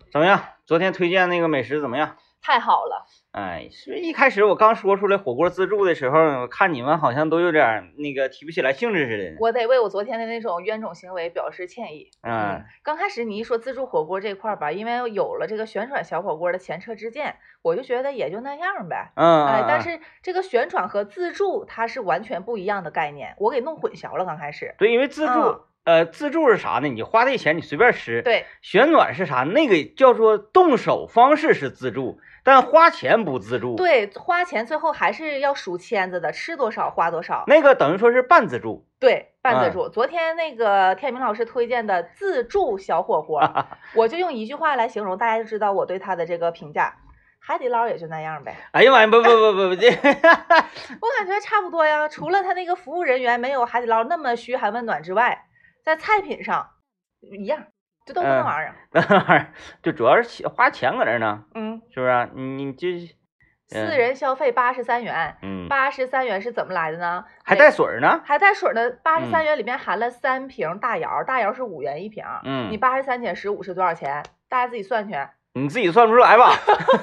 怎么样？昨天推荐那个美食怎么样？ 太好了。 哎，是一开始我刚说出来火锅自助的时候，我看你们好像都有点那个提不起来兴致似的。 我得为我昨天的那种冤种行为表示歉意。刚开始你一说自助火锅这块吧，因为有了这个旋转小火锅的前车之鉴，我就觉得也就那样呗。但是这个旋转和自助它是完全不一样的概念，我给弄混淆了。刚开始对，因为自助。自助是啥呢？你花这钱你随便吃。 对， 旋转是啥？那个叫做动手方式是自助，但花钱不自助。 对，花钱最后还是要数签子的，吃多少花多少。 那个等于说是半自助。 对，半自助。昨天那个天明老师推荐的自助小火锅，我就用一句话来形容，大家就知道我对他的这个评价。海底捞也就那样呗。 哎呀妈呀，不，这我感觉差不多呀，除了他那个服务人员没有海底捞那么嘘寒问暖之外。在菜品上一样，就都那玩意儿。 那玩意儿就主要是花钱搁这呢。是不是？你这 4人消费83元。83元是怎么来的呢？ 还带水呢？ 还带水呢。83元里面含了3瓶大窑，大窑是5元1瓶。你83减15是多少钱？大家自己算去。 你自己算不出来吧？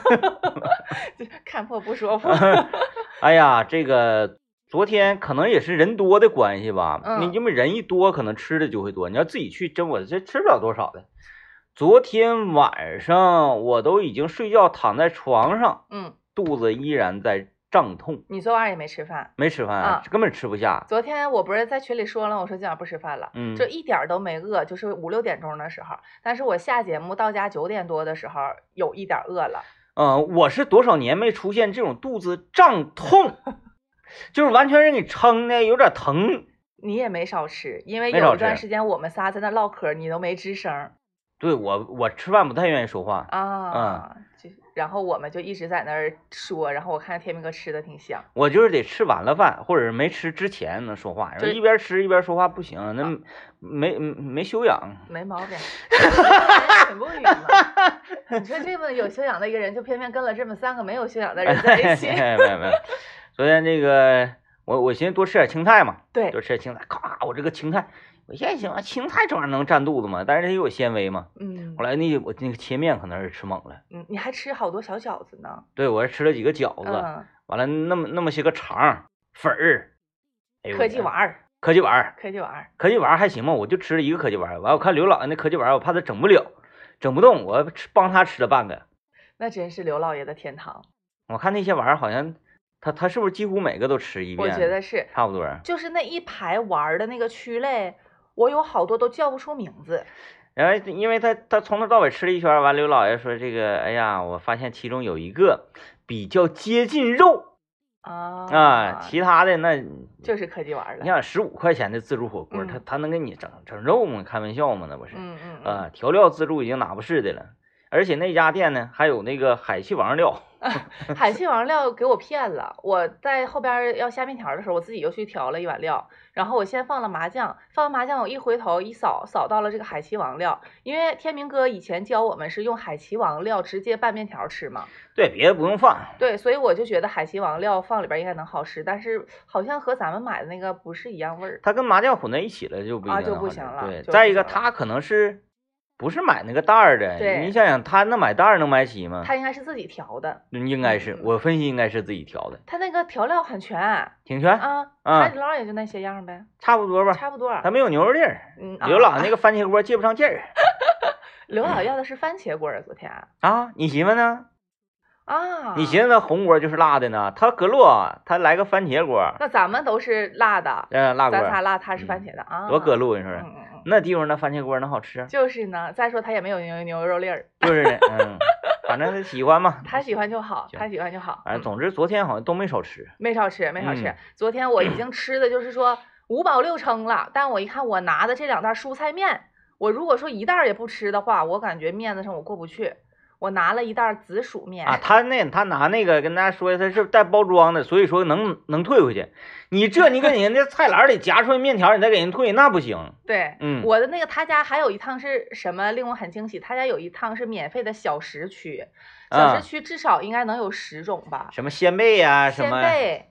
看破不说破。 哎呀，这个。昨天可能也是人多的关系吧，你因为人一多，可能吃的就会多。你要自己去，真我这吃不了多少的。昨天晚上我都已经睡觉躺在床上，肚子依然在胀痛。 你昨晚也没吃饭？ 没吃饭，根本吃不下。 昨天我不是在群里说了，我说今晚不吃饭了，就一点都没饿，就是5、6点钟的时候。但是我下节目到家9点多的时候，有一点饿了。 我是多少年没出现这种肚子胀痛。就是完全让你撑的有点疼。 你也没少吃，因为有一段时间我们仨在那唠嗑，你都没吱声。 对，我吃饭不太愿意说话然后我们就一直在那儿说，然后我看天明哥吃的挺香。 我就是得吃完了饭，或者是没吃之前能说话，然后一边吃一边说话不行，那没修养。 没毛病。挺不语嘛。你说这么有修养的一个人，就偏偏跟了这么3个没有修养的人在一起。 没有。昨天这个我寻思多吃点青菜嘛， 对， 多吃点青菜，咔，我这个青菜，我现在想青菜这玩意儿能占肚子吗？但是它有纤维嘛，后来我那个切面可能是吃猛了， 你还吃好多小饺子呢？ 对，我还吃了几个饺子，完了那么些个肠粉儿， 科技丸还行吗？我就吃了1个科技丸，完我看刘老爷那科技丸，我怕他整不了，整不动，我帮他吃了半个。 那真是刘老爷的天堂。 我看那些玩意儿好像。他是不是几乎每个都吃一遍？ 我觉得是差不多。 就是那一排玩的那个区类，我有好多都叫不出名字。 然后因为他从头到尾吃了一圈，完刘老爷说这个，哎呀，我发现其中有一个比较接近肉其他的那就是科技玩了。 你想15块钱的自助火锅，他能给你整肉吗？开玩笑吗？那不是。调料自助已经哪不是的了。而且那家店呢，还有那个海气王料。 海气王料给我骗了。我在后边要下面条的时候，我自己又去调了1碗料，然后我先放了麻酱，放完麻酱我一回头一扫到了这个海气王料。因为天明哥以前教我们是用海气王料直接拌面条吃嘛， 对，别的不用放。 对，所以我就觉得海气王料放里边应该能好吃，但是好像和咱们买的那个不是一样味儿。 它跟麻酱混在一起了就不就不行了。 对，再一个它可能是。不是买那个袋儿的，你想想，他那买袋儿能买齐吗？ 他应该是自己调的， 应该是，我分析应该是自己调的。 他那个调料很全， 挺全海底捞也就那些样呗， 差不多吧， 差不多。 他没有牛肉粒儿，刘老那个番茄锅接不上劲儿。 刘老要的是番茄锅昨天你媳妇呢？你寻思那红锅就是辣的呢？他搁洛，他来个番茄锅。 那咱们都是辣的， 辣锅， 咱仨辣，他是番茄的多搁路你说。那地方那番茄锅能好吃？ 就是呢，再说他也没有牛肉粒儿。 就是的，反正他喜欢嘛。 他喜欢就好，他喜欢就好。 反正总之昨天好像都没少吃。 没少吃。昨天我已经吃的就是说5饱6撑了，但我一看我拿的这2袋蔬菜面，我如果说1袋也不吃的话，我感觉面子上我过不去。我拿了1袋紫薯面他拿那个跟大家说他是带包装的，所以说能退回去。你搁人家菜篮里夹出来面条，你再给人退，那不行。 对，我的那个他家还有一趟是什么令我很惊喜？他家有一趟是免费的小食区，小食区至少应该能有10种吧？ 什么鲜贝呀， 鲜贝、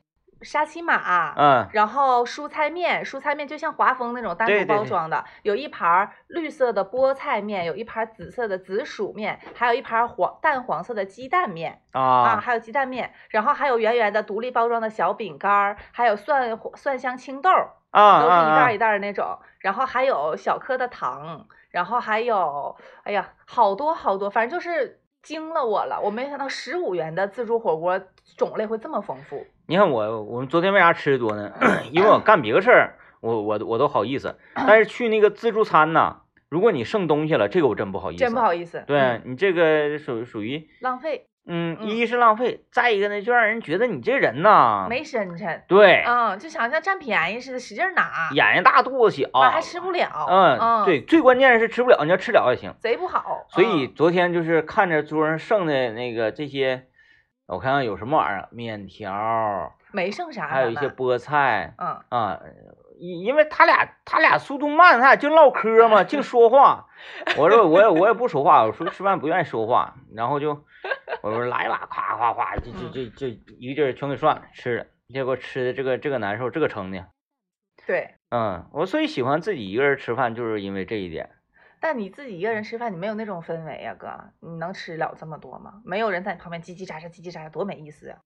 沙琪玛，然后蔬菜面就像华丰那种单独包装的，有一盘绿色的菠菜面，有一盘紫色的紫薯面，还有一盘淡黄色的鸡蛋面还有鸡蛋面，然后还有圆圆的独立包装的小饼干，还有蒜香青豆都是一袋一袋的那种，然后还有小颗的糖，然后还有哎呀好多好多，反正就是惊了我了，我没想到15元的自助火锅种类会这么丰富。 你看我们昨天为啥吃的多呢？因为我干别的事儿我都好意思，但是去那个自助餐呢，如果你剩东西了，这个我真不好意思， 真不好意思。 对你这个属于浪费。 一是浪费，再一个呢，就让人觉得你这人呐没深沉。 对， 就想像占便宜似的，使劲拿， 眼睛大肚子小， 还吃不了。 对，最关键是吃不了，你要吃了也行， 贼不好。 所以昨天就是看着桌上剩的那个这些，我看看有什么玩意儿，面条没剩啥， 还有一些菠菜，因为他俩速度慢，他俩净唠嗑嘛，净说话。我说我也不说话，我说吃饭不愿意说话，然后就我说来吧，夸夸夸，这一个劲儿全给涮了吃了，结果吃的这个难受，这个撑的。 对， 我所以喜欢自己一个人吃饭，就是因为这一点。 但你自己一个人吃饭，你没有那种氛围啊，哥，你能吃了这么多吗？没有人在你旁边叽叽喳喳，叽叽喳喳，多没意思呀。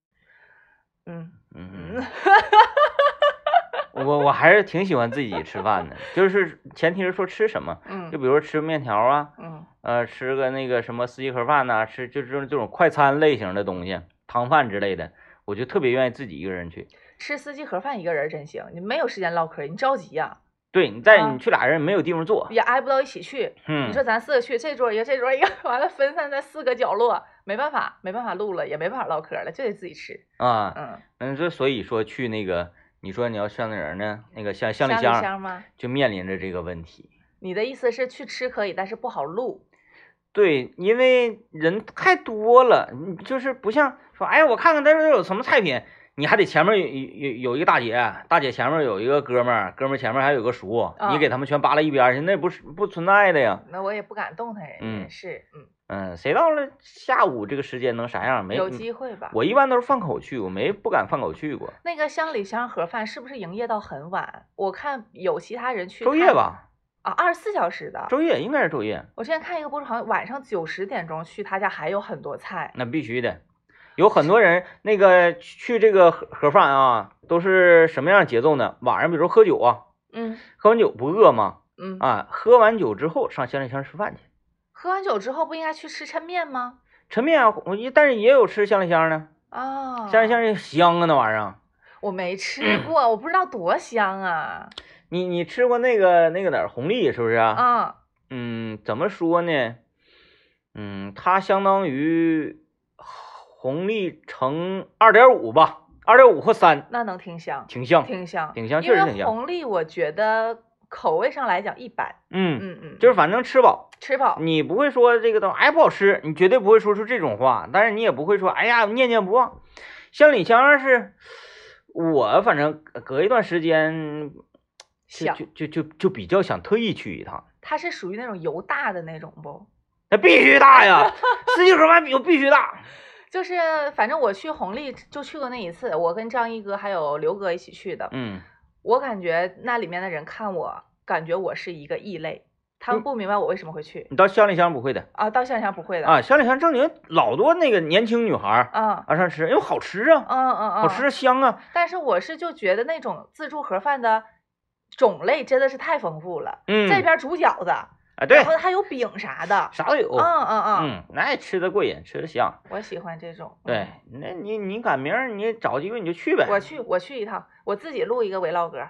我还是挺喜欢自己吃饭的，就是前提是说吃什么，就比如说吃面条啊，吃个那个什么四季盒饭呐，吃就是这种快餐类型的东西，汤饭之类的，我就特别愿意自己一个人去吃四季盒饭。一个人真行，你没有时间唠嗑，你着急呀。 对，你去俩人没有地方坐， 也挨不到一起去。你说咱4个去，这桌一个，这桌一个，完了分散在4个角落，没办法录了，也没办法唠嗑了，就得自己吃所以说去那个。你说你要上那人呢？那个像乡里乡吗？ 就面临着这个问题。 你的意思是去吃可以，但是不好录。 对，因为人太多了，就是不像说，哎，我看看这有什么菜品，你还得前面有一个大姐前面有一个哥们儿前面还有个叔，你给他们全扒拉一边去，那不存在的呀。 那我也不敢动弹人家，是谁到了下午这个时间能啥样？没有机会吧？ 我一般都是饭口去，我不敢饭口去过。 那个乡里乡盒饭是不是营业到很晚？我看有其他人去昼夜吧。 24小时的。 昼夜应该是昼夜。 我之前看一个博主，好像晚上9、10点钟去他家，还有很多菜。 那必须的，有很多人那个去这个盒饭啊，都是什么样节奏呢？晚上比如说喝酒啊，喝完酒不饿吗？喝完酒之后上乡里乡吃饭去。 喝完酒之后不应该去吃抻面吗？ 抻面啊，但是也有吃乡里乡的乡里乡香啊，那玩意儿。 我没吃过，我不知道多香啊。 你吃过那个哪儿红利是不是啊？怎么说呢？它相当于红利乘2.5吧，2.5或3。 那能挺香， 挺香， 确实挺香。 因为红利我觉得口味上来讲一般。 就是反正吃饱。 你不会说这个东西不好吃，你绝对不会说出这种话，但是你也不会说哎呀念念不忘。乡里乡是我反正隔一段时间就比较想特意去一趟。 它是属于那种油大的那种不？ 那必须大呀，4季盒饭必须大。 就是反正我去红利就去过那一次，我跟张一哥还有刘哥一起去的。我感觉那里面的人看我，感觉我是一个异类。他们不明白我为什么会去。 你到乡里乡不会的到乡里乡不会的乡里乡正经老多那个年轻女孩上吃，因为好吃啊，好吃香啊。 但是我是就觉得那种自助盒饭的种类真的是太丰富了。这边煮饺子对， 然后还有饼啥的， 啥都有。那也吃得过瘾，吃得香。 我喜欢这种。 对，那你赶明儿你找机会你就去呗。 我去一趟，我自己录一个 vlog。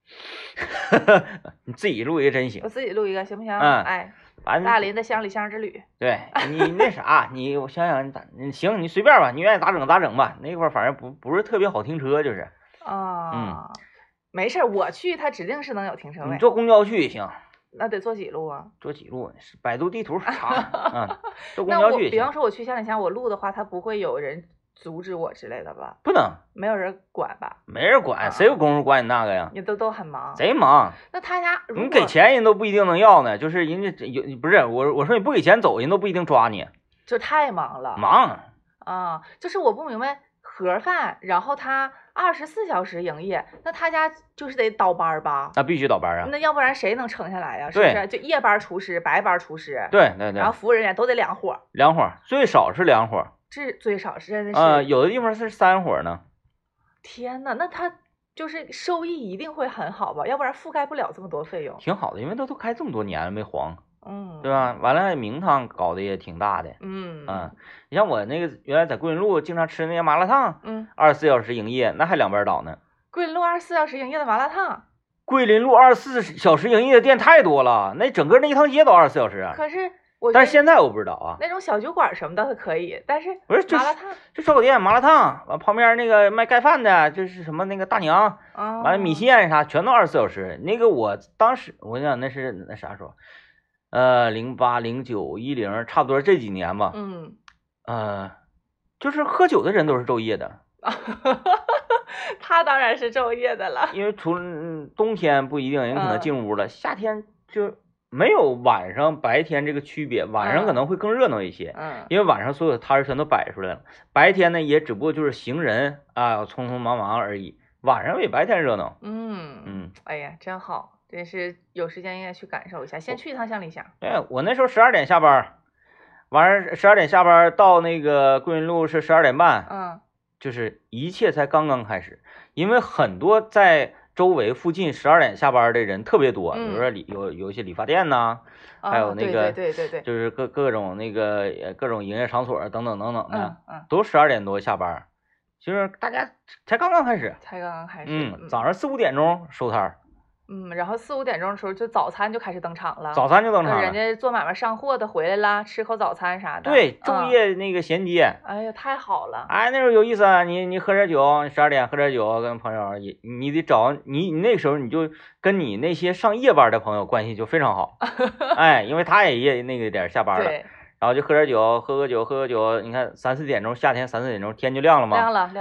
你自己录一个真行， 我自己录一个行不行？大林的乡里乡之旅。 对你那啥，我想想你行，你随便吧，你愿意咋整咋整吧。那块儿反正不是特别好停车，就是没事，我去他指定是能有停车位。 你坐公交去也行。 那得坐几路啊？ 坐几路？百度地图查坐公交去。 比方说我去乡里乡，我录的话，他不会有人阻止我之类的吧？ 不能， 没有人管吧？ 没人管，谁有功夫管你那个呀？ 你都很忙， 贼忙。 那他家你给钱人都不一定能要呢，就是人家不是我说你不给钱走，人都不一定抓你， 就太忙了。 忙就是我不明白盒饭，然后他 24小时营业，那他家就是得倒班吧？ 那必须倒班啊！ 那要不然谁能撑下来呀？是不是？就夜班厨师、白班厨师， 对， 然后服务人员都得2伙， 最少是2伙， 这最少是真的是有的地方是3伙呢。 天呐，那他就是收益一定会很好吧？要不然覆盖不了这么多费用。 挺好的，因为都开这么多年了没黄。对吧？完了，名堂搞得也挺大的。你像我那个原来在桂林路经常吃那些麻辣烫，24小时营业，那还2班倒呢。 桂林路24小时营业的麻辣烫， 桂林路24小时营业的店太多了，那整个那一趟街都24小时啊。 可是但是现在我不知道啊。 那种小酒馆什么的它可以，但是不是麻辣烫， 就烧烤店麻辣烫，完旁边那个卖盖饭的，就是什么那个大娘，完了米线啥全都24小时。那个我当时我想那是那啥时候。08、09、10，差不多这几年吧。就是喝酒的人都是昼夜的。 他当然是昼夜的了， 因为除了冬天不一定，人可能进屋了，夏天就没有晚上白天这个区别，晚上可能会更热闹一些。因为晚上所有的摊儿全都摆出来了，白天呢也只不过就是行人啊匆匆忙忙而已，晚上比白天热闹。 哎呀，真好。真是有时间应该去感受一下，先去一趟乡里乡。 我那时候12点下班，晚上12点下班到那个桂林路是12点半。就是一切才刚刚开始，因为很多在周围附近12点下班的人特别多，比如说有一些理发店呐，还有那个对， 就是各种那个各种营业场所等等的，都12点多下班，就是大家才刚刚开始，早上4、5点钟收摊。 然后4、5点钟的时候，就早餐就开始登场了。人家做买卖上货的回来了，吃口早餐啥的。 对，昼夜那个衔接。 哎呀，太好了！ 哎，那时候有意思啊！你喝点酒，12点喝点酒，跟朋友你得找你那时候你就跟你那些上夜班的朋友关系就非常好。哎，因为他也那个点下班了，然后就喝点酒，喝个酒。你看3、4点钟，夏天3、4点钟天就亮了嘛。 亮了。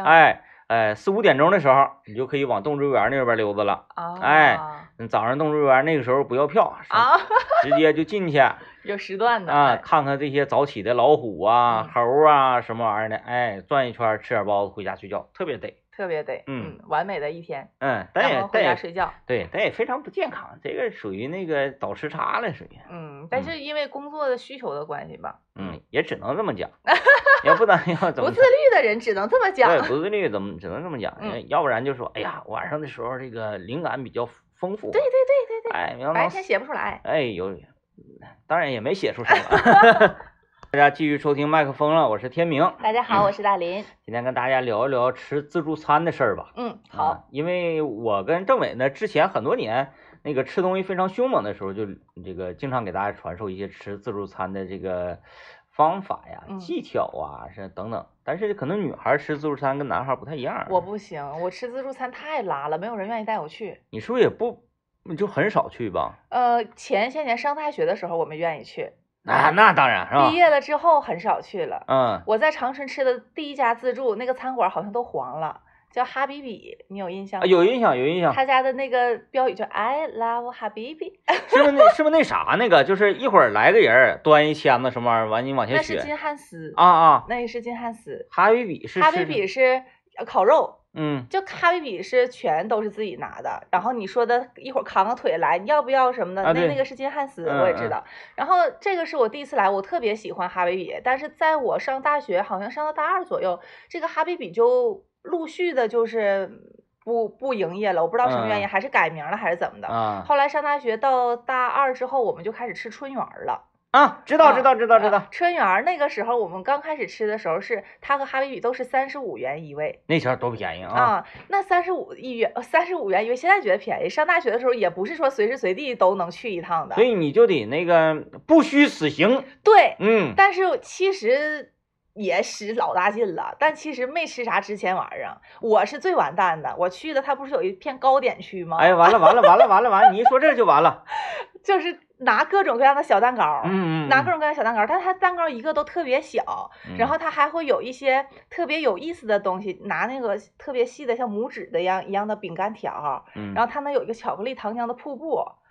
4、5点钟的时候，你就可以往动植物园那边溜达了。早上动植物园那个时候不要票直接就进去。 有时段的看看这些早起的老虎啊、猴啊什么玩意儿的，转一圈吃点包子回家睡觉，特别得。 完美的一天。 但也回家睡觉。 对，但也非常不健康，这个属于那个倒时差了，属于。 但是因为工作的需求的关系吧。 也只能这么讲。要不然要怎么？ 不自律的人只能这么讲。 对，不自律只能这么讲。要不然就说，哎呀，晚上的时候这个灵感比较丰富。 对。白天写不出来。 当然也没写出什么。大家继续收听麦克风了，我是天明。 大家好，我是大林。 今天跟大家聊一聊吃自助餐的事儿吧。 好。 因为我跟政委呢，之前很多年那个吃东西非常凶猛的时候，就这个经常给大家传授一些吃自助餐的这个方法呀、技巧啊，是等等。但是可能女孩吃自助餐跟男孩不太一样。 我不行，我吃自助餐太拉了，没有人愿意带我去。 你是不是也不就很少去吧？ 前些年上大学的时候我们愿意去。 那当然是吧。 毕业了之后很少去了。我在长春吃的第一家自助，那个餐馆好像都黄了，叫哈比比，你有印象吗？ 有印象。 他家的那个标语叫 I love 哈比比。 是不是那啥那个，就是一会儿来个人端一签子什么玩意儿，完你往下选。 那是金汉斯那个是金汉斯。 哈比比是烤肉。 就哈比比是全都是自己拿的，然后你说的一会儿扛个腿来，你要不要什么的，那个是金汉斯，我也知道。然后这个是我第一次来，我特别喜欢哈比比，但是在我上大学，好像上到大2左右，这个哈比比就陆续的就是不营业了，我不知道什么原因，还是改名了还是怎么的。后来上大学到大2之后，我们就开始吃春园了。 知道。 春园那个时候我们刚开始吃的时候，是它和哈比比都是35元一位， 那前多便宜啊！ 那35元一位，现在觉得便宜。上大学的时候也不是说随时随地都能去一趟的， 所以你就得那个不虚此行。 对，但是其实也使老大劲了，但其实没吃啥值钱玩意儿。我是最完蛋的，我去的它不是有一片糕点区吗？ 完了！你一说这就完了， 就是拿各种各样的小蛋糕，拿各种各样的小蛋糕，但它蛋糕一个都特别小，然后它还会有一些特别有意思的东西，拿那个特别细的像拇指的一样的饼干条，然后它能有一个巧克力糖浆的瀑布。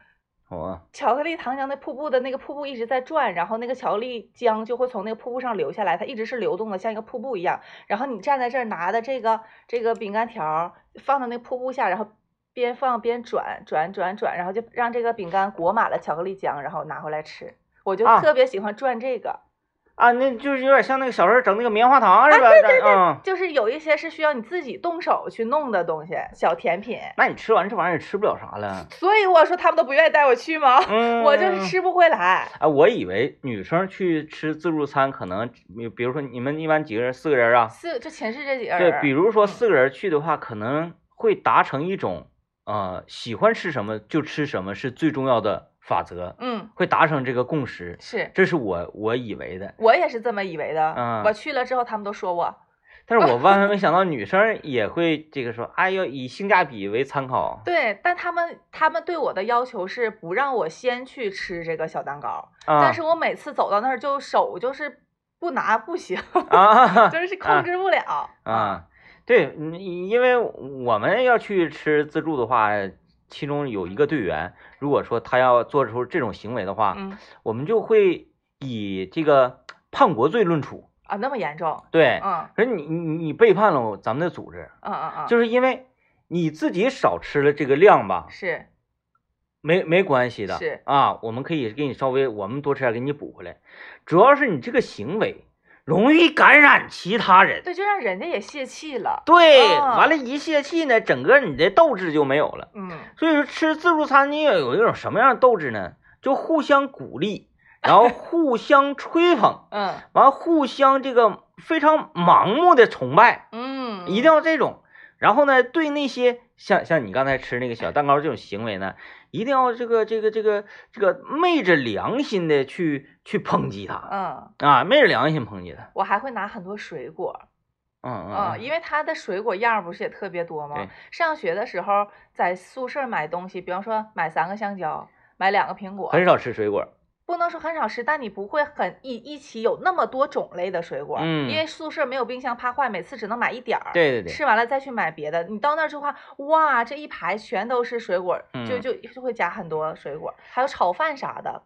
巧克力糖浆的瀑布的那个瀑布一直在转，然后那个巧克力浆就会从那个瀑布上流下来，它一直是流动的，像一个瀑布一样。然后你站在这儿拿的这个饼干条放到那个瀑布下，然后边放边转，然后就让这个饼干裹满了巧克力浆，然后拿回来吃。我就特别喜欢转这个。 那就是有点像那个小时候整那个棉花糖是吧？ 对，就是有一些是需要你自己动手去弄的东西，小甜品。 那你吃完这玩意儿也吃不了啥了。 所以我说他们都不愿意带我去吗？我就是吃不回来。 我以为女生去吃自助餐可能，比如说你们一般几个人？4个人啊？ 就寝室这几个人。 对，比如说4个人去的话，可能会达成一种喜欢吃什么就吃什么是最重要的法则，会达成这个共识，这是我以为的， 我也是这么以为的，我去了之后他们都说我， 但是我万万没想到女生也会这个说，要以性价比为参考。 对，但他们对我的要求是不让我先去吃这个小蛋糕，但是我每次走到那儿就手就是不拿不行，就是控制不了对，因为我们要去吃自助的话。其中有一个队员，如果说他要做出这种行为的话，我们就会以这个叛国罪论处啊，那么严重？ 对，可是你背叛了咱们的组织，就是因为你自己少吃了这个量吧， 是， 没关系的， 是我们可以给你稍微我们多吃点给你补回来，主要是你这个行为。容易感染其他人， 对，就让人家也泄气了。 对，完了，一泄气呢，整个你的斗志就没有了。所以说吃自助餐你有一种什么样的斗志呢？就互相鼓励，然后互相吹捧，完互相这个非常盲目的崇拜，一定要这种。然后呢，对那些像你刚才吃那个小蛋糕这种行为呢，一定要这个昧着良心的去抨击他，昧着良心抨击他。 我还会拿很多水果，因为他的水果样不是也特别多吗？上学的时候在宿舍买东西，比方说买3个香蕉，买2个苹果， 很少吃水果。 不能说很少吃，但你不会很一起有那么多种类的水果，因为宿舍没有冰箱，怕坏，每次只能买一点儿。 对， 吃完了再去买别的。你到那儿之后，哇，这一排全都是水果，就会加很多水果，还有炒饭啥的，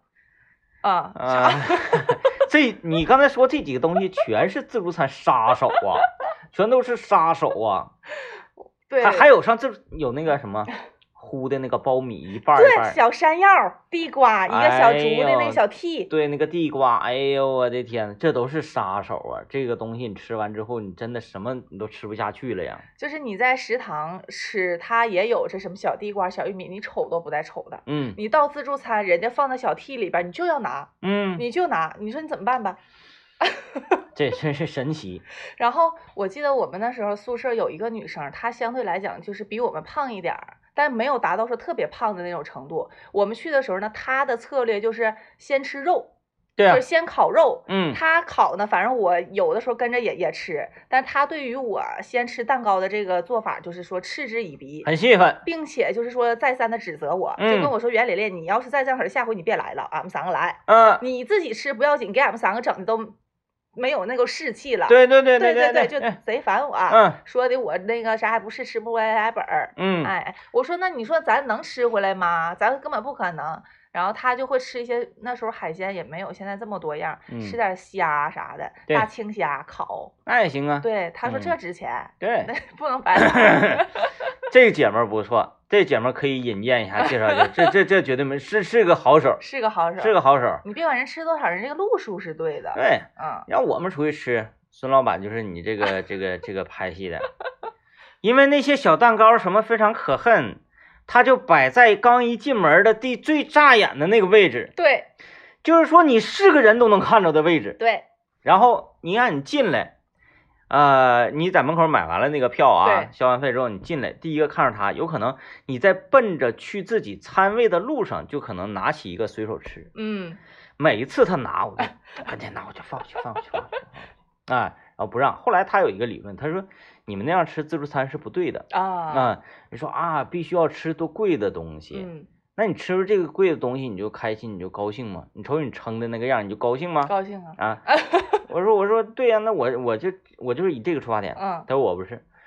这你刚才说这几个东西全是自助餐杀手啊，全都是杀手啊。 对， 还有上次有那个什么。糊的那个苞米一半一半， 对，小山药、地瓜，一个小竹的那个小屉， 对，那个地瓜，哎呦我的天，这都是杀手啊！这个东西你吃完之后，你真的什么你都吃不下去了呀。 就是你在食堂吃，它也有这什么小地瓜、小玉米，你瞅都不带瞅的。你到自助餐，人家放在小屉里边，你就要拿，你就拿，你说你怎么办吧？ 这真是神奇。 然后我记得我们那时候宿舍有一个女生，她相对来讲就是比我们胖一点儿。但没有达到说特别胖的那种程度。我们去的时候呢，他的策略就是先吃肉，就是先烤肉。他烤呢，反正我有的时候跟着也吃，但他对于我先吃蛋糕的这个做法，就是说嗤之以鼻， 很气愤， 并且就是说再三的指责我，就跟我说袁蕾蕾，你要是再这样式，下回你别来了，俺们3个来。你自己吃不要紧，给俺们3个整的都。没有那个士气了， 对， 就贼烦我。说的我那个啥还不是吃不回来本儿。我说那你说咱能吃回来吗？咱根本不可能。然后他就会吃一些，那时候海鲜也没有现在这么多样，吃点虾啥的，大青虾烤， 那也行啊。 对，他说这值钱， 对， 不能白来。 这个姐们儿不错，这姐们儿可以引荐一下，介绍一下，这绝对没是个好手， 是个好手， 是个好手。 你别管人吃多少，人这个路数是对的。 对，让我们出去吃，孙老板就是你这个拍戏的，因为那些小蛋糕什么非常可恨，它就摆在刚一进门的最扎眼的那个位置。 对， 就是说你是个人都能看着的位置。 对， 然后你看你进来。你在门口买完了那个票啊，消完费之后你进来，第一个看着他，有可能你在奔着去自己餐位的路上，就可能拿起一个随手吃。每一次他拿我就赶紧拿，我就放回去，然后不让。后来他有一个理论，他说你们那样吃自助餐是不对的你说必须要吃多贵的东西。那你吃这个贵的东西，你就开心，你就高兴吗？你瞅你撑的那个样，你就高兴吗？ 高兴啊！ 我说对呀，那我就是以这个出发点。他说我不是，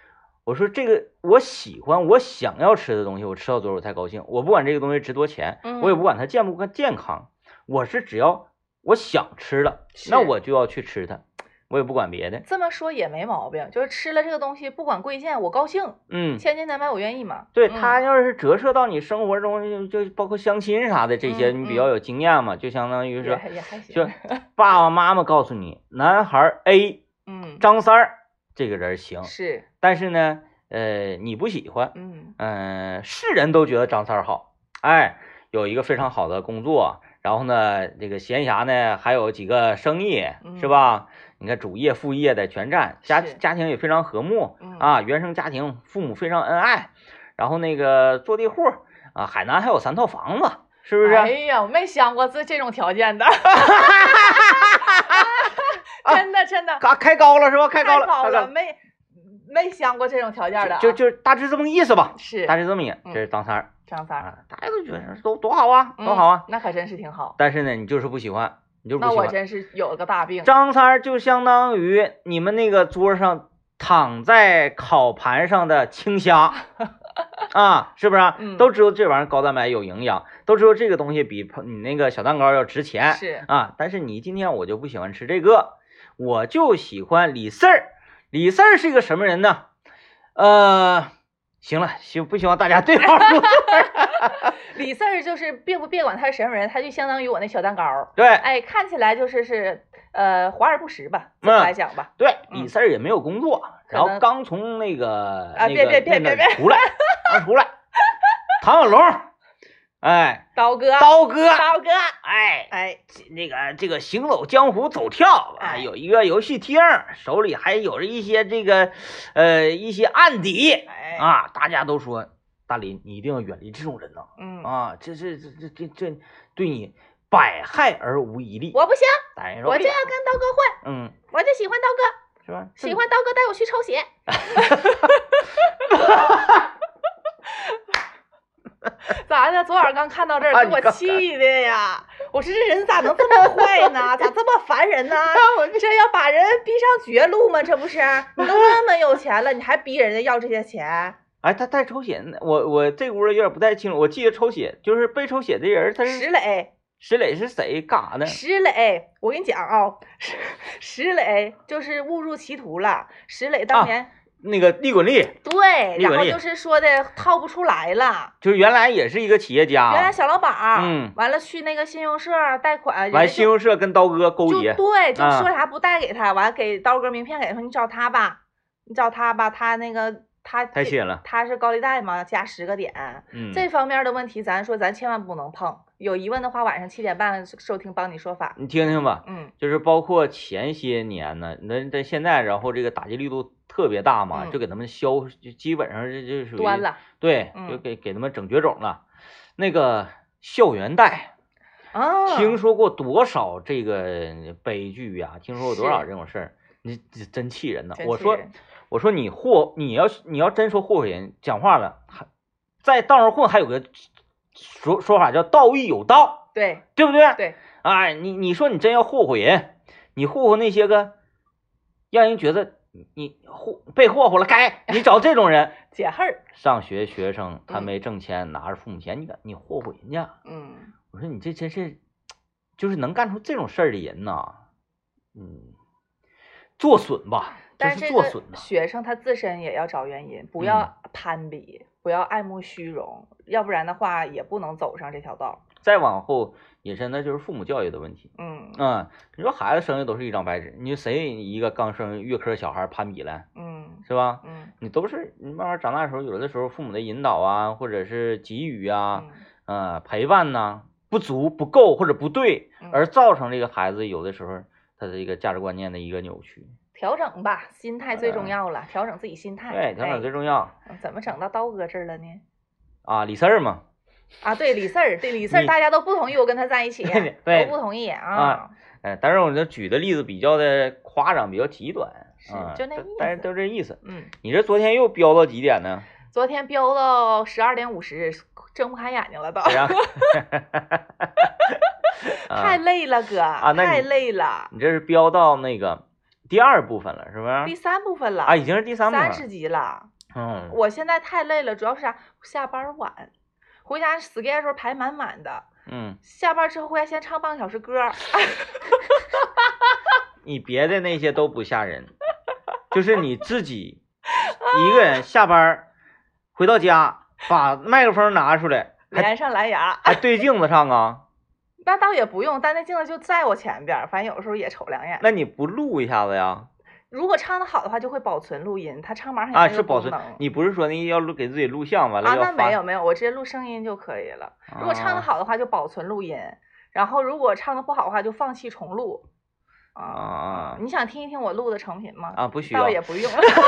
我说这个我喜欢我想要吃的东西，我吃到嘴我才高兴。我不管这个东西值多钱，我也不管它健不健康，我是只要我想吃了，那我就要去吃它，我也不管别的。 这么说也没毛病，就是吃了这个东西不管贵贱我高兴，千金难买我愿意嘛。 对，它要是折射到你生活中，就包括相亲啥的这些，你比较有经验嘛，就相当于是也还行， 就爸爸妈妈告诉你，男孩 A， 张三儿这个人行， 是， 但是呢，你不喜欢，是人都觉得张三儿好，哎，有一个非常好的工作，然后呢，这个闲暇呢还有几个生意，是吧？你看主业副业的全占，家庭也非常和睦啊，原生家庭父母非常恩爱，然后那个坐地户啊，海南还有3套房子，是不是？ 哎呀，我没想过这种条件的。真的， 开高了是吧？开高了，没想过这种条件的， 就大致这么个意思吧。 是， 大致这么意思。这是张三儿，大家都觉得多好啊，多好啊。 那可真是挺好。 但是呢，你就是不喜欢，你就不喜欢。 那我真是有个大病。 张三儿就相当于你们那个桌上躺在烤盘上的青虾啊，是不是？都知道这玩意儿高蛋白有营养，都知道这个东西比你那个小蛋糕要值钱， 是啊。但是你今天我就不喜欢吃这个，我就喜欢李四儿。李四儿是一个什么人呢？行了，不希望大家对号入座。 李四儿就是别管他是什么人，他就相当于我那小蛋糕。 对， 哎，看起来是华而不实吧，这么来讲吧。 对，李四儿也没有工作，然后刚从那个别出来，唐小龙。哎， 刀哥， 哎，这个行走江湖走跳啊，有一个游戏厅，手里还有着一些一些案底啊，大家都说大林你一定要远离这种人呢，啊，这对你百害而无一利。 我不行，我就要跟刀哥混， 我就喜欢刀哥， 是吧？ 喜欢刀哥带我去抽血。咋的？昨晚刚看到这儿，给我气的呀！我说这人咋能这么坏呢？咋这么烦人呢？这要把人逼上绝路吗？这不是？你都那么有钱了，你还逼人家要这些钱？ 哎，他带抽血，我这屋有点不太清楚。我记得抽血就是被抽血的人，他是石磊。 石磊是谁？干啥呢？ 石磊，我跟你讲啊，石磊就是误入歧途了。石磊当年。 那个利滚利， 对，然后就是说的套不出来了， 就是原来也是一个企业家， 原来小老板，完了去那个信用社贷款， 完信用社跟刀哥勾结， 对，就说啥不贷给他，完了给刀哥名片给他说你找他吧，他那个他太信了， 他是高利贷嘛，加10个点，这方面的问题咱千万不能碰，有疑问的话晚上7点半收听帮你说法， 你听听吧，就是包括前些年呢，那现在然后这个打击力度特别大嘛，就给他们就基本上就属于端了， 对，就给他们整绝种了。那个校园贷，听说过多少这个悲剧呀？听说过多少这种事儿？你真气人呐！我说你要真说祸人，讲话了，在道上混还有个说法叫道义有道， 对不对？ 对， 哎，你说你真要霍霍人，你霍霍那些个让人觉得。你被霍霍了，你找这种人解恨。 上学学生他没挣钱，拿着父母钱，你霍霍人家，我说你这真是，就是能干出这种事儿的人呐，作损吧， 但是作损的。 学生他自身也要找原因，不要攀比，不要爱慕虚荣，要不然的话也不能走上这条道。 再往后引申的就是父母教育的问题。你说孩子生的都是一张白纸，你谁一个刚生月科小孩攀比了？是吧？你都是你慢慢长大的时候，有的时候父母的引导啊，或者是给予啊，陪伴呐，不足、不够或者不对，而造成这个孩子有的时候他的一个价值观念的一个扭曲。 调整吧，心态最重要了，调整自己心态。 对，调整最重要。 怎么整到刀哥这儿了呢？ 啊，李四儿嘛。 啊，对李四儿，大家都不同意我跟他在一起， 对， 都不同意啊。 但是我这举的例子比较的夸张，比较极端， 就那意思。 但是都这意思。你这昨天又飙到几点呢？ 昨天飙到12点50，睁不开眼睛了都。太累了哥，太累了。 你这是飙到那个第2部分了，是不是？ 第3部分了啊，已经是第3部分了。 30集了。 我现在太累了，主要是啥？下班晚，回家 schedule 排满满的。下班之后回家先唱半个小时歌。 你别的那些都不吓人，就是你自己一个人下班回到家，把麦克风拿出来， 连上蓝牙， 还对镜子唱啊？ 那倒也不用，但那镜子就在我前边，反正有时候也瞅2眼。 那你不录一下子呀？ 如果唱的好的话，就会保存录音。它唱码上是保存。你不是说你要给自己录像完了那没有，我直接录声音就可以了。如果唱的好的话，就保存录音；然后如果唱的不好的话，就放弃重录。你想听一听我录的成品吗？ 不需要， 倒也不用。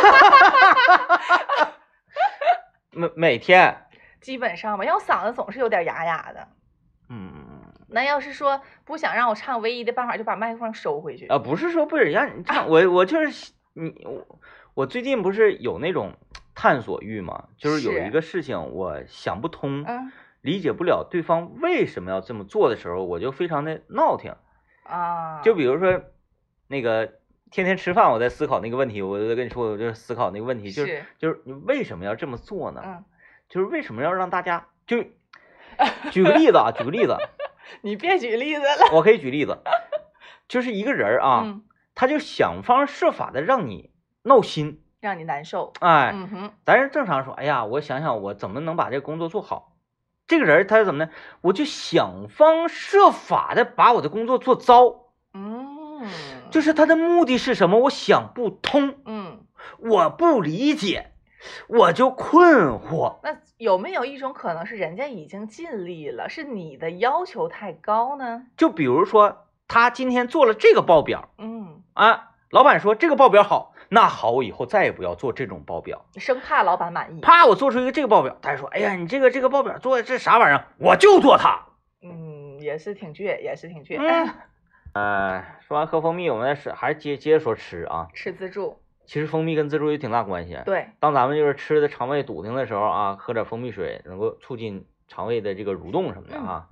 每天基本上吧，因为我嗓子总是有点哑哑的。那要是说不想让我唱，唯一的办法就把麦克风收回去。 不是说不是让你唱，我就是我最近不是有那种探索欲嘛，就是有一个事情我想不通，理解不了对方为什么要这么做的时候，我就非常的闹挺啊。 就比如说那个天天吃饭，我在思考那个问题，我就跟你说，我就思考那个问题，就是你为什么要这么做呢？就是为什么要让大家就举个例子啊，举个例子。 你别举例子了， 我可以举例子，就是一个人啊，他就想方设法的让你闹心， 让你难受。 咱是正常说，哎呀，我想想我怎么能把这个工作做好。这个人他是怎么呢？我就想方设法的把我的工作做糟。就是他的目的是什么？我想不通。我不理解。我就困惑。 那有没有一种可能是人家已经尽力了，是你的要求太高呢？ 就比如说他今天做了这个报表，老板说这个报表好，那好，我以后再也不要做这种报表， 生怕老板满意。 怕我做出一个这个报表，他说，哎呀，你这个报表做的这啥玩意儿，我就做它。 也是挺倔，也是挺倔。 说完喝蜂蜜，我们还是接着说吃啊， 吃自助。 其实蜂蜜跟自助有挺大关系。 对， 当咱们就是吃的肠胃堵挺的时候啊，喝点蜂蜜水能够促进肠胃的这个蠕动什么的啊。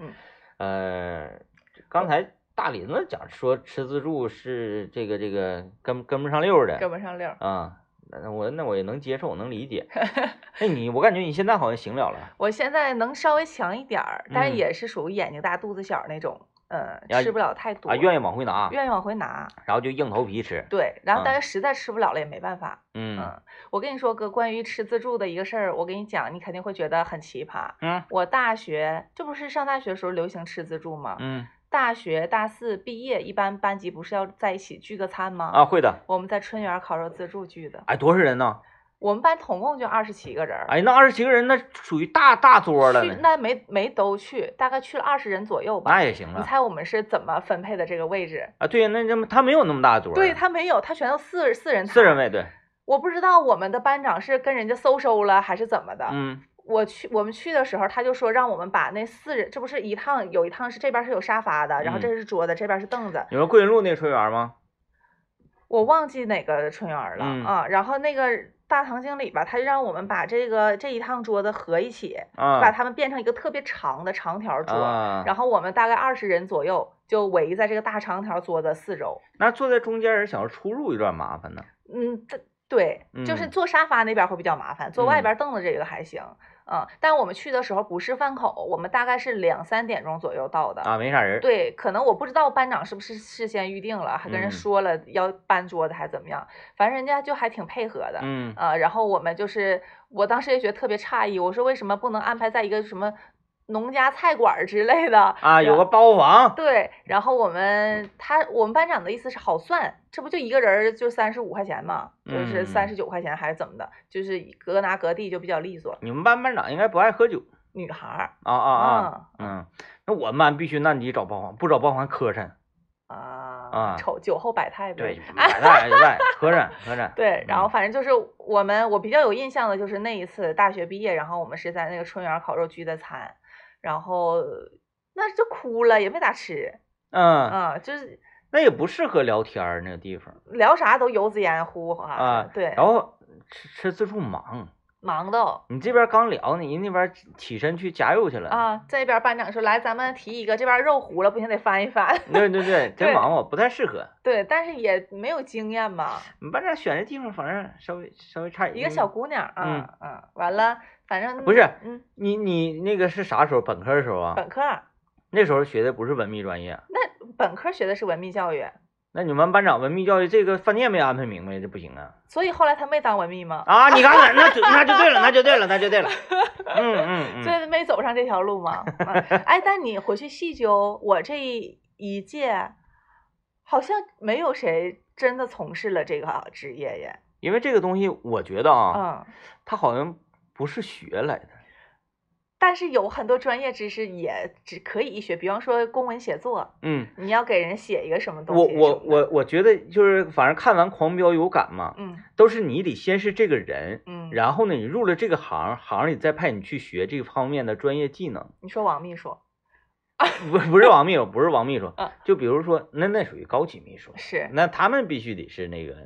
刚才大林子讲说吃自助是这个跟不上溜的， 跟不上溜啊。那我也能接受，我能理解。我感觉你现在好像行了。 我现在能稍微强一点儿，但是也是属于眼睛大肚子小那种。吃不了太多愿意往回拿， 然后就硬头皮吃。 对，然后但是实在吃不了了也没办法。我跟你说哥，关于吃自助的一个事儿，我跟你讲，你肯定会觉得很奇葩。我大学这不是上大学的时候流行吃自助吗？大学大4毕业，一般班级不是要在一起聚个餐吗？ 会的。 我们在春园烤肉自助聚的。 多少人呢？ 我们班总共就27个人。 那27个人那属于大桌了。 那没都去，大概去了20人左右吧。 那也行了。 你猜我们是怎么分配的这个位置？ 对呀，那他没有那么大桌。 对，他没有，他选到四人 4人位。对， 我不知道我们的班长是跟人家收了还是怎么的。我们去的时候，他就说让我们把那4人，这不是有一趟是这边是有沙发的，然后这是桌子，这边是凳子。 你说桂林路那个春园吗？ 我忘记哪个春园了然后那个大堂经理吧，他就让我们把这一趟桌子合一起，把他们变成一个特别长的长条桌，然后我们大概20人左右就围在这个大长条桌子4周。 那坐在中间人想要出入有点麻烦呢。 对，就是坐沙发那边会比较麻烦，坐外边凳子这个还行。但我们去的时候不是饭口，我们大概是2、3点钟左右到的没啥人。 对，可能我不知道班长是不是事先预定了，还跟人说了要搬桌子还怎么样，反正人家就还挺配合的。然后我们我当时也觉得特别诧异，我说为什么不能安排在一个什么农家菜馆之类的有个包房。 对，然后我们班长的意思是好算，这不就一个人就35块钱嘛，就是39块钱还是怎么的，就是隔拿隔地就比较利索。 你们班长应该不爱喝酒， 女孩那我们班必须那你找包房，不找包房磕碜瞅酒后百态呗。 对，百态磕碜。 对，然后反正就是我比较有印象的就是那一次大学毕业，然后我们是在那个春园烤肉聚的餐。然后那就哭了，也没咋吃。就是那也不适合聊天那个地方， 聊啥都油滋烟呼对。 然后吃自助忙， 忙的。 你这边刚聊呢，人那边起身去夹肉去了啊。这边班长说来，咱们提一个，这边肉糊了，不行得翻一翻。 对对对，真忙活，不太适合。 对，但是也没有经验嘛。 你班长选的地方反正稍微差一个小姑娘啊，完了，反正不是，你那个是啥时候？本科的时候啊？ 本科。 那时候学的不是文秘专业。 那本科学的是文秘教育。 那你们班长文秘教育这个饭店没安排明白，这不行啊。 所以后来他没当文秘吗？ 啊，你看看，那就对了，那就对了。 所以没走上这条路吗？哎，但你回去细究，我这一届好像没有谁真的从事了这个职业耶。 因为这个东西，我觉得啊，它好像不是学来的。 但是有很多专业知识也只可以一学，比方说公文写作，你要给人写一个什么东西。 我觉得就是，反正看完《狂飙》有感嘛，都是你得先是这个人，然后呢，你入了这个行里再派你去学这方面的专业技能。 你说王秘书？ 不是王秘书，不是王秘书，就比如说那属于高级秘书， 是， 那他们必须得是那个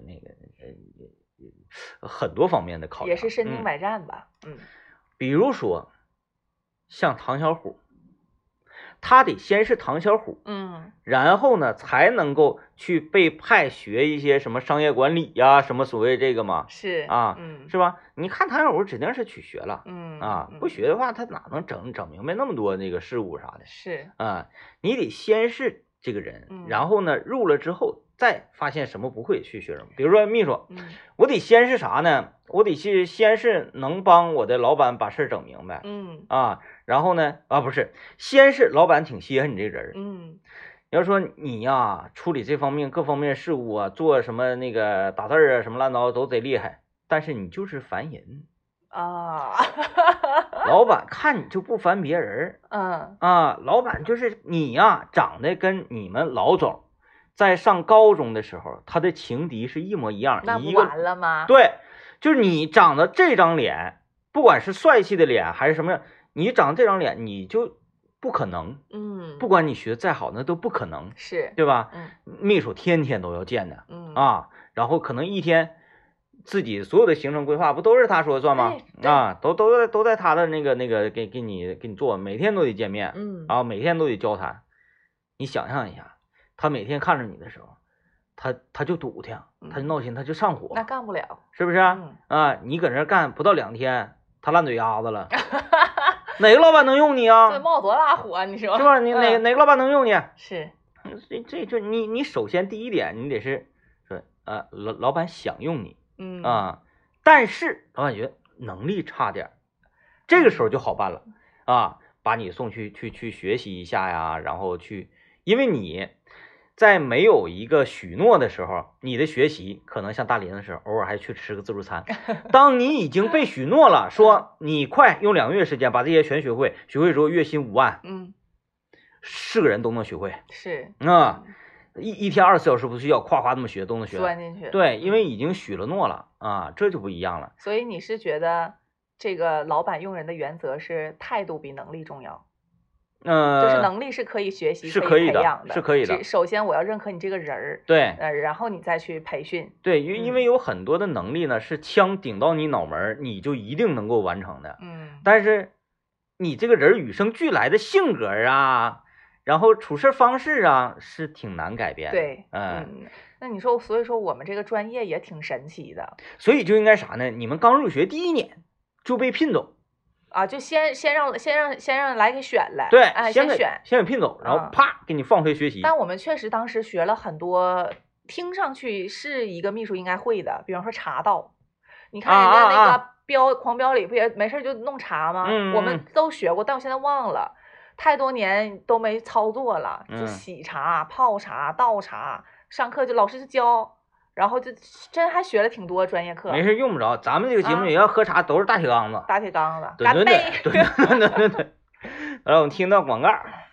很多方面的考量， 也是身经百战吧， 比如说。像唐小虎，他得先是唐小虎，然后呢才能够去被派学一些什么商业管理呀，什么所谓这个嘛， 是啊，是吧？你看唐小虎指定是去学了，不学的话他哪能整明白那么多那个事物啥的？ 是啊，你得先是这个人，然后呢入了之后再发现什么不会去学什么。比如说秘书，我得先是啥呢？我得先是能帮我的老板把事整明白，然后呢，不是，先是老板挺稀罕你这个人，要说你呀处理这方面各方面事务啊，做什么那个打字啊什么乱糟都贼厉害，但是你就是烦人啊， 老板看你就不烦别人，老板就是你呀长得跟你们老总在上高中的时候他的情敌是一模一样， 那不完了吗？ 对，就是你长得这张脸，不管是帅气的脸还是什么样，你长这张脸你就不可能，不管你学再好那都不可能， 是对吧？秘书天天都要见的，然后可能一天自己所有的行程规划不都是他说了算吗？都在他的那个给你做，每天都得见面，然后每天都得交谈。你想象一下，他每天看着你的时候，他就堵挺，他就闹心，他就上火， 那干不了， 是不是你搁那干不到2天，他烂嘴丫子了。哪个老板能用你啊？ 这冒多大火，你说是吧？你哪个老板能用你？ 是， 这就你首先第一点，你得是说老板想用你，但是老板觉得能力差点，这个时候就好办了把你送去学习一下呀，然后去，因为你在没有一个许诺的时候，你的学习可能像大林的时候，偶尔还去吃个自助餐。当你已经被许诺了，说你快用2个月时间把这些全学会，学会之后月薪5万，是个人都能学会， 是一天24小时不睡觉，夸这么学都能学钻进去。 对，因为已经许了诺了这就不一样了。 所以你是觉得这个老板用人的原则是态度比能力重要？就是能力是可以学习、可以培养的， 是可以的。 首先我要认可你这个人儿， 对， 然后你再去培训。 对，因为有很多的能力呢，是枪顶到你脑门，你就一定能够完成的。但是你这个人与生俱来的性格啊，然后处事方式啊，是挺难改变的。 对，那你说，所以说我们这个专业也挺神奇的。 所以就应该啥呢？你们刚入学第1年就被聘走。 就先让来给选了， 对， 先给聘走，然后啪给你放回学习。 但我们确实当时学了很多，听上去是一个秘书应该会的，比方说茶道。你看人家那个狂飙里不也没事就弄茶吗？我们都学过，但我现在忘了，太多年都没操作了。就洗茶、泡茶、倒茶，上课就老师就教。然后就真还学了挺多专业课， 没事用不着。咱们这个节目也要喝茶，都是大铁缸子， 大铁缸子， 干杯！对。来，我们听到广告。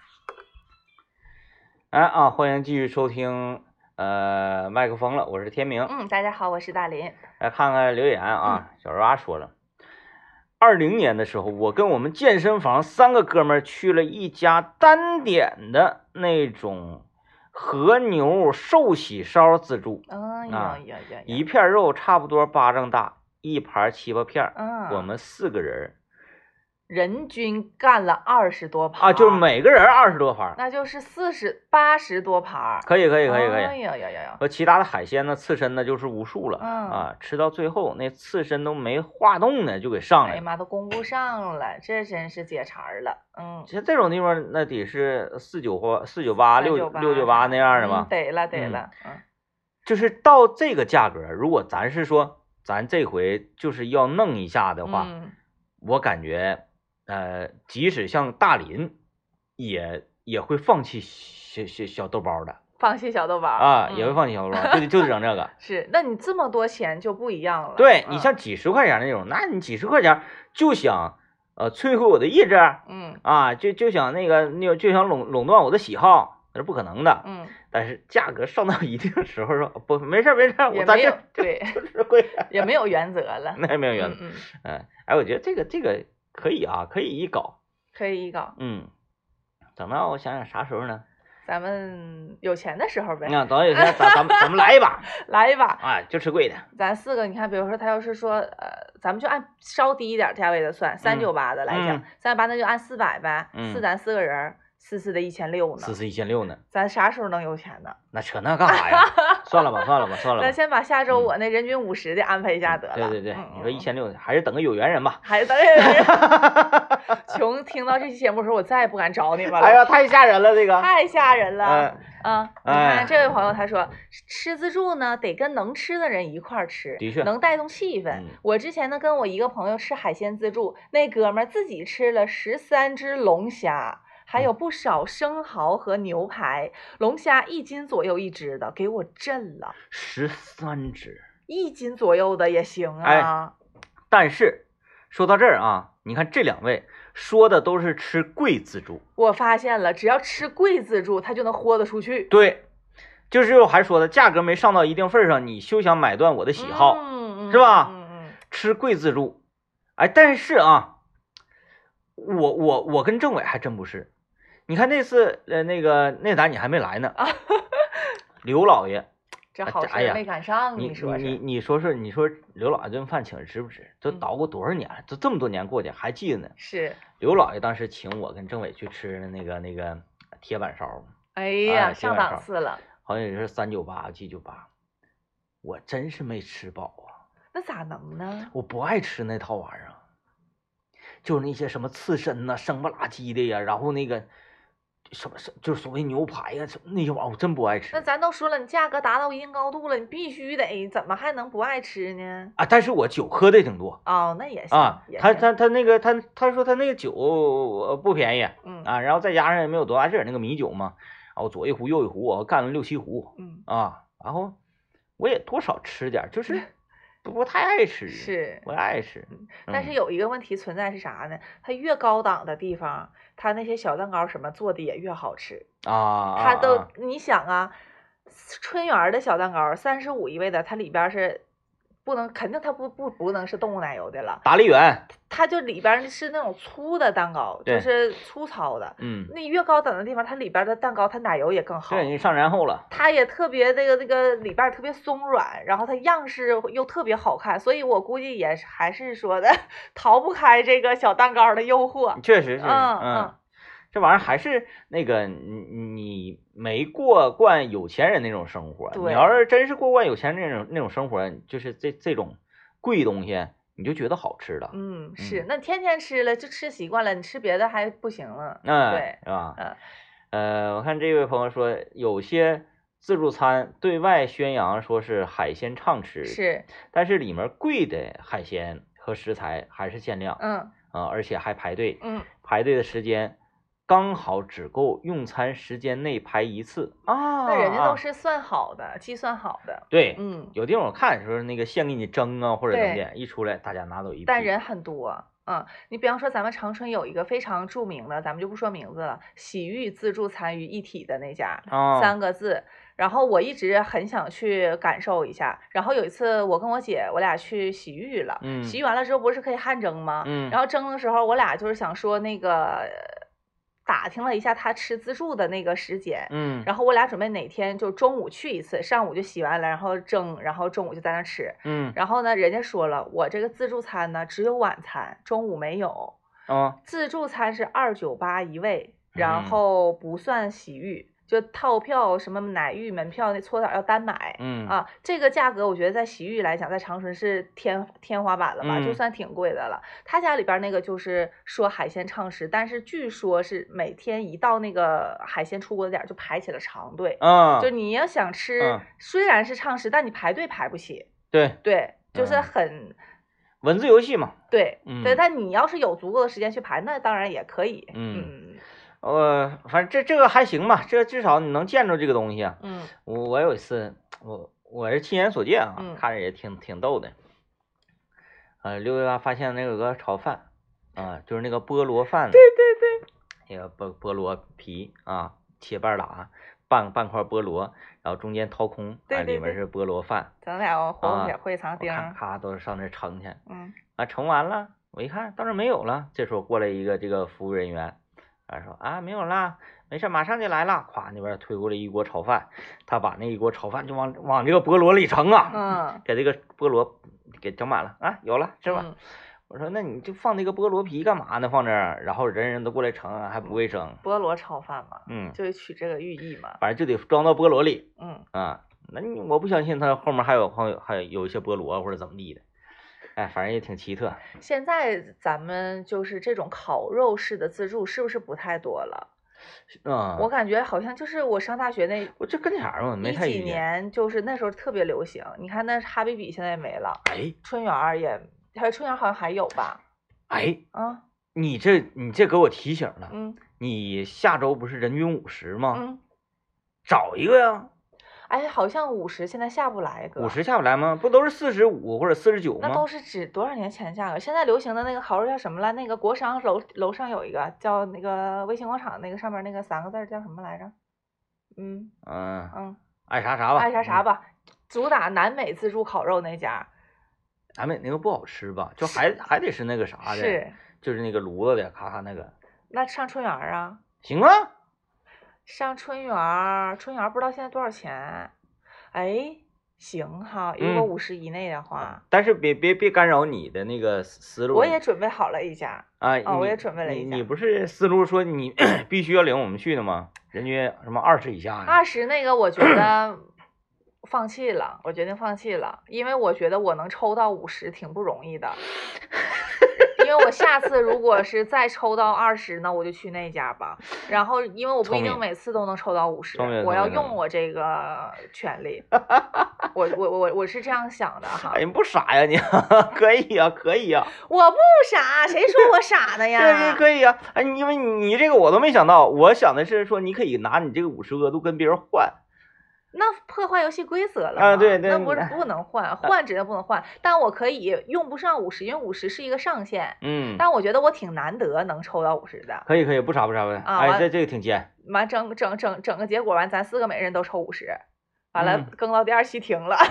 欢迎继续收听麦克风了，我是天明。 大家好，我是大林。 来看看留言小肉蛙说了，20年的时候，我跟我们健身房3个哥们去了一家单点的那种和牛寿喜烧自助，一片肉差不多巴掌大， 一盘7、8片，我们4个人。 人均干了20多盘啊，就是每个人20多盘， 那就是80多盘。 可以。哎呀呀呀！ 和其他的海鲜呢，刺身呢就是无数了。啊，吃到最后那刺身都没化动呢，就给上来了。 哎呀妈，都供不上了，这真是解馋了。 其实这种地方那得是498、698那样的吧？ 得了。 就是到这个价格，如果咱是说咱这回就是要弄一下的话，我感觉。即使像大林，也会放弃小豆包的， 放弃小豆包啊，也会放弃小豆包，就整这个。 是，那你这么多钱就不一样了。 对，你像几十块钱那种，那你几十块钱就想摧毁我的意志，就想就想垄断我的喜好，那是不可能的。但是价格上到一定的时候说不，没事，我咱这对就是贵， 也没有原则了， 那也没有原则。哎，我觉得这个。可以啊，可以一搞，等到我想想啥时候呢？ 咱们有钱的时候呗。 等到有钱，咱们来一把， 来一把啊，就吃贵的。 咱4个，你看，比如说他要是说，咱们就按稍低一点价位的算，398的来讲，398那就按400呗，咱4个人，4的1600呢 ，44160呢， 咱啥时候能有钱呢？ 那扯那干啥呀？算了吧。 咱先把下周我那人均50的安排一下得了。 对，你说1600，还是等个有缘人吧。 还是等个有缘人。穷听到这期节目的时候，我再也不敢找你们了。 哎呀，太吓人了，这个太吓人了。你看这位朋友他说，吃自助呢得跟能吃的人一块吃， 的确能带动气氛。我之前呢跟我一个朋友吃海鲜自助，那哥们儿自己吃了13只龙虾。还有不少生蚝和牛排，龙虾1斤左右一只的，给我震了。 13只 ，1斤左右的也行啊。 哎，但是说到这儿啊，你看这2位说的都是吃贵自助。 我发现了，只要吃贵自助，他就能豁得出去。 对，就是我还说的，价格没上到一定份上，你休想买断我的喜好，是吧？吃贵自助，哎，但是啊，我跟政委还真不是。你看那次那咱你还没来呢，刘老爷， 这好事没赶上， 你说是？ 你说刘老爷这顿饭请值不值？都捣鼓多少年了，都这么多年过去还记得呢。 是刘老爷当时请我跟政委去吃那个铁板烧， 哎呀，上档次了， 好像也是398、798，我真是没吃饱啊。 那咋能呢？ 我不爱吃那套玩意儿，就是那些什么刺身呐、生不拉几的呀，然后那个。就是所谓牛排呀，那些玩意儿我真不爱吃。 那咱都说了，你价格达到一定高度了，你必须得，怎么还能不爱吃呢？ 啊，但是我酒喝的挺多。 哦，那也行啊。他那个他说他那个酒不便宜，然后再加上也没有多大劲儿，那个米酒嘛，然后左一壶右一壶，我干了6、7壶，然后我也多少吃点，就是不太爱吃， 是不爱吃。 但是有一个问题存在是啥呢？它越高档的地方，它那些小蛋糕什么做的也越好吃啊。 它都你想啊，春园的小蛋糕35一位的，它里边是不能，肯定它不能是动物奶油的了。 达利园， 它就里边是那种粗的蛋糕，就是粗糙的。那越高等的地方，它里边的蛋糕它奶油也更好。 对，你上然后了。 它也特别这个里边特别松软，然后它样式又特别好看，所以我估计也还是说的逃不开这个小蛋糕的诱惑。 确实是，这玩意儿还是那个你没过惯有钱人那种生活，你要是真是过惯有钱人那种生活，就是这种贵东西你就觉得好吃了。 是，那天天吃了就吃习惯了，你吃别的还不行了。对， 是吧？我看这位朋友说，有些自助餐对外宣扬说是海鲜畅吃， 是， 但是里面贵的海鲜和食材还是限量，而且还排队，排队的时间刚好只够用餐时间内排一次啊！ 那人家都是算好的，计算好的。 对，有地方我看说那个现给你蒸啊，或者怎么的，一出来大家拿走一批。 但人很多，你比方说咱们长春有一个非常著名的，咱们就不说名字了，洗浴自助餐于一体的那家，3个字。然后我一直很想去感受一下。然后有一次我跟我姐，我俩去洗浴了，洗浴完了之后不是可以汗蒸吗？然后蒸的时候我俩就是想说那个。 打听了一下他吃自助的那个时间，然后我俩准备哪天就中午去一次，上午就洗完了，然后蒸，然后中午就在那吃，然后呢，人家说了，我这个自助餐呢只有晚餐，中午没有，自助餐是298一位，然后不算洗浴。就套票什么奶浴门票那搓澡要单买，这个价格我觉得在洗浴来讲，在长春是天花板了吧，就算挺贵的了。他家里边那个就是说海鲜畅食，但是据说是每天一到那个海鲜出锅的点就排起了长队，就你要想吃，虽然是畅食，但你排队排不起。对，就是很文字游戏嘛。 对，但你要是有足够的时间去排，那当然也可以。 反正这个还行吧，这至少你能见着这个东西啊。我有一次，我是亲眼所见啊，看着也挺逗的。溜达发现那个有个炒饭啊，就是那个菠萝饭。 对， 那个菠萝皮啊，切半拉，半块菠萝，然后中间掏空，里面是菠萝饭。 整俩火腿肠丁， 咔都是上那盛去。盛完了，我一看到这没有了，这时候过来一个这个服务人员。说没有啦，没事，马上就来了。咵，那边推过来一锅炒饭，他把那一锅炒饭就往这个菠萝里盛啊，给这个菠萝给整满了啊，有了是吧？我说那你就放那个菠萝皮干嘛呢？放这儿，然后人都过来盛，还不卫生。 菠萝炒饭嘛，就是取这个寓意嘛。 反正就得装到菠萝里。那我不相信他后面还有一些菠萝或者怎么地的。反正也挺奇特。 现在咱们就是这种烤肉式的自助，是不是不太多了？我感觉好像就是我上大学我这跟前嘛，没太几年，就是那时候特别流行。你看那哈比比现在也没了，春园还有春园好像还有吧？ 你这给我提醒了。你下周不是人均50吗？找一个呀。 好像50现在下不来哥。 50下不来吗？不都是45或者49吗？ 那都是指多少年前价格？现在流行的那个烤肉叫什么来？那个国商楼上有一个叫那个卫星广场，那个上面那个3个字叫什么来着？ 爱啥啥吧。 爱啥啥吧，主打南美自助烤肉那家。 南美那个不好吃吧？就还得是那个啥的， 是就是那个炉子的，咔咔那个。 那上春园啊？ 行啊。 上春园不知道现在多少钱？行哈，如果50以内的话。 但是别干扰你的那个思路。 我也准备好了一家我也准备了一家。 你不是思路说你必须要领我们去的吗？人均什么20以下 ？20那个我觉得放弃了，我决定放弃了，因为我觉得我能抽到50挺不容易的。因为我下次如果是再抽到20呢，我就去那家吧。然后因为我不一定每次都能抽到50，我要用我这个权利。我是这样想的哈。 你不傻呀你？可以呀，可以呀。 我不傻，谁说我傻的呀？ 这可以呀。因为你这个我都没想到，我想的是说你可以拿你这个50额度跟别人换。 那破坏游戏规则了吗？ 对， 那不能换，指定不能换。但我可以用不上50，因为50是一个上限。但我觉得我挺难得能抽到50的。 可以，不傻的。这个挺尖。 完整个结果完，咱4个每人都抽50，完了更到第2期停了。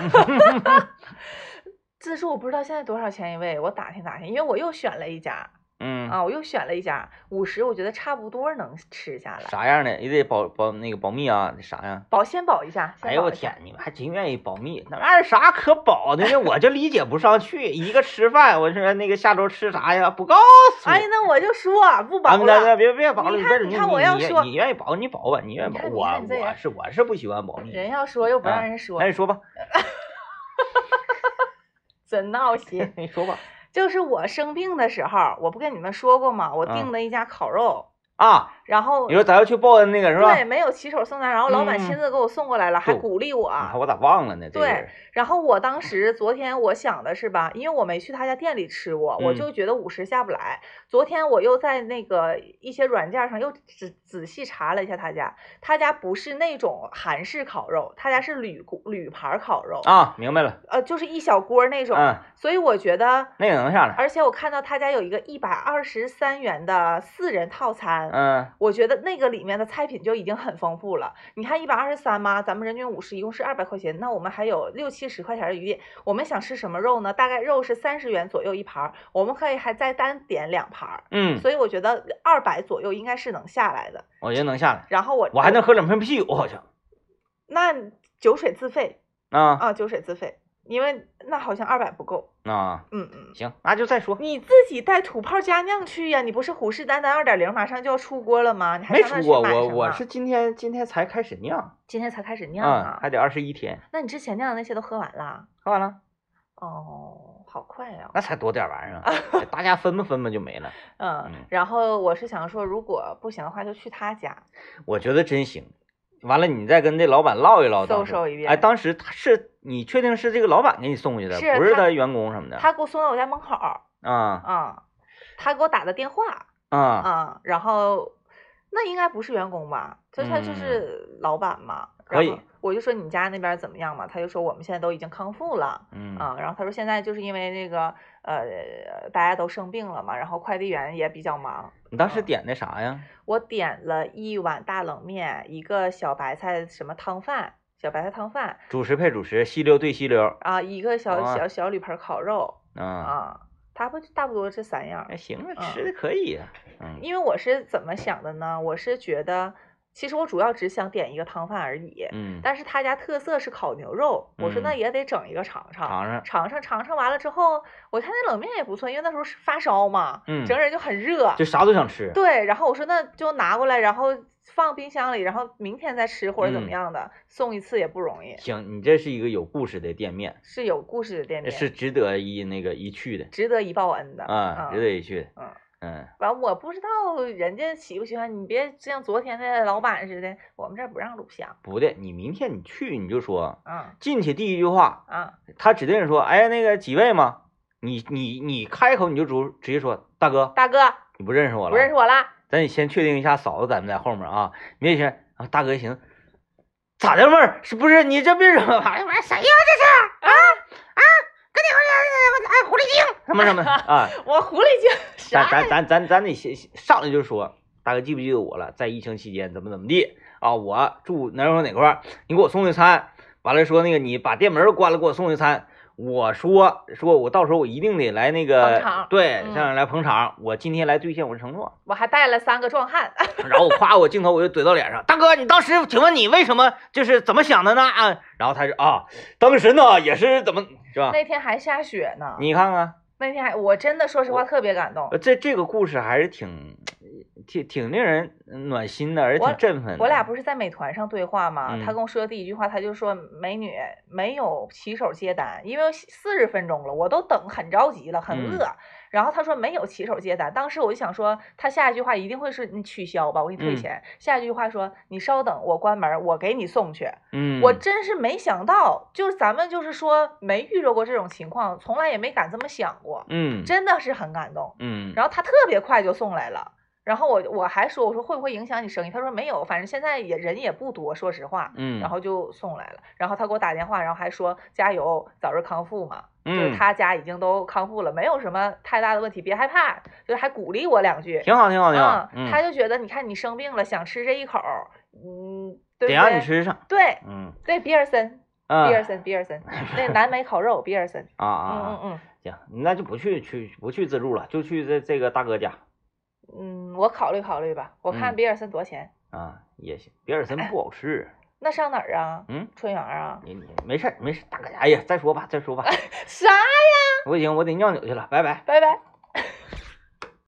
自助我不知道现在多少钱一位，我打听，因为我又选了一家。我又选了一家50，我觉得差不多能吃下来。 啥样的？也得保密啊？啥样？ 先保一下。 哎呦我天，你们还真愿意保密？那玩意儿啥可保的呢？我就理解不上去。一个吃饭，我说那个下周吃啥呀？不告诉。 那我就说不保了。 别保了。 你看我要说， 你愿意保你保吧，你愿意保。我是不喜欢保密。 人要说又不让人说。 那你说吧。 真闹心。 你说吧。 就是我生病的时候，我不跟你们说过吗？我订了一家烤肉然后你说咱要去报恩那个是吧？ 对，没有骑手送达，然后老板亲自给我送过来了，还鼓励我。 我咋忘了呢？ 对，然后我当时昨天我想的是吧，因为我没去他家店里吃过，我就觉得50下不来。昨天我又在那个一些软件上又仔细查了一下他家不是那种韩式烤肉，他家是铝盘烤肉明白了。 就是一小锅那种。所以我觉得那个能下来。 而且我看到他家有一个123元的4人套餐。 餐，我觉得那个里面的菜品就已经很丰富了。你看123嘛，咱们人均50，一共是200块钱，那我们还有60-70块钱的余地。我们想吃什么肉呢？大概肉是30元左右一盘，我们可以还再单点2盘。所以我觉得200左右应该是能下来的。 我觉得能下来。 然后我还能喝2瓶啤酒，好像。 那酒水自费酒水自费。因为那好像200不够行，那就再说。 你自己带土炮加酿去呀，你不是虎视眈眈 2.0 马上就要出锅了吗？你还没出过，我是今天才开始酿。 今天才开始酿啊？ 还得21天。 那你之前酿的那些都喝完了？ 喝完了。 哦，好快呀！ 那才多点玩意儿，大家分吧就没了。 然后我是想说，如果不行的话，就去他家。 我觉得真行。完了，你再跟这老板唠一唠， 搜一遍。 哎，当时你确定是这个老板给你送去的，不是他员工什么的？ 他给我送到我家门口。他给我打的电话。然后那应该不是员工吧？他就是老板嘛。 可以。 我就说你家那边怎么样嘛？他就说我们现在都已经康复了。然后他说现在就是因为那个大家都生病了嘛，然后快递员也比较忙。 你当时点的啥呀？ 我点了1碗大冷面，一个小白菜什么汤饭，小白菜汤饭， 主食配主食，稀溜对稀溜啊，一个小铝盆烤肉差不多这3样。 行啊，吃的可以呀。 因为我是怎么想的呢？我是觉得。其实我主要只想点一个汤饭而已，但是他家特色是烤牛肉，我说那也得整一个尝尝完了之后，我看那冷面也不错，因为那时候是发烧嘛，整人就很热， 就啥都想吃。 对，然后我说那就拿过来，然后放冰箱里，然后明天再吃或者怎么样的，送一次也不容易。 行，你这是一个有故事的店面， 是有故事的店面， 是值得一去的， 值得一报恩的值得一去的。 完我不知道人家喜不喜欢，你别像昨天的老板似的，我们这不让录像。 不对，你明天你去你就说，进去第一句话他指定说，哎，那个几位吗？你开口你就直接说大哥，你不认识我了， 不认识我了， 咱得先确定一下嫂子咱们在后面啊，你别先大哥行，咋的妹儿？是不是你这别什么玩意儿？谁呀这是跟你说狐狸精什么我狐狸精啥？ 咱得先上来就说，大哥记不记得我了？在疫情期间怎么地啊？我住哪块，你给我送的餐，完了说那个你把店门关了给我送的餐，我说我到时候我一定得来那个对，上来捧场，我今天来兑现我的承诺。 我还带了3个壮汉， 然后我夸我镜头我就怼到脸上，大哥你当时请问你为什么就是怎么想的呢？然后他说当时呢也是怎么是吧？ 那天还下雪呢， 你看看那天我真的说实话特别感动。 这个故事还是挺令人暖心的，而且挺振奋的。 我俩不是在美团上对话吗？他跟我说的第一句话，他就说美女没有骑手接单，因为40分钟了，我都等很着急了，很饿。然后他说没有骑手接单，当时我就想说，他下一句话一定会是你取消吧，我给你退钱。下一句话说你稍等，我关门，我给你送去。我真是没想到，就是咱们就是说没遇到过这种情况，从来也没敢这么想过。真的是很感动。然后他特别快就送来了。然后我还说，我说会不会影响你生意？他说没有，反正现在人也不多，说实话。然后就送来了。然后他给我打电话，然后还说加油，早日康复嘛。就是他家已经都康复了，没有什么太大的问题，别害怕，就是还鼓励我2句， 挺好。 他就觉得你看你生病了，想吃这一口，对不对？ 得让你吃上。 对，对，比尔森，那蓝莓烤肉，比尔森。 行，那就不去自助了，就去这个大哥家。 我考虑吧，我看比尔森多少钱也行，比尔森不好吃。 那上哪儿啊？春园啊？ 你没事，大哥，哎呀，再说吧。 啥呀？ 不行，我得酿酒去了，拜拜。 拜拜。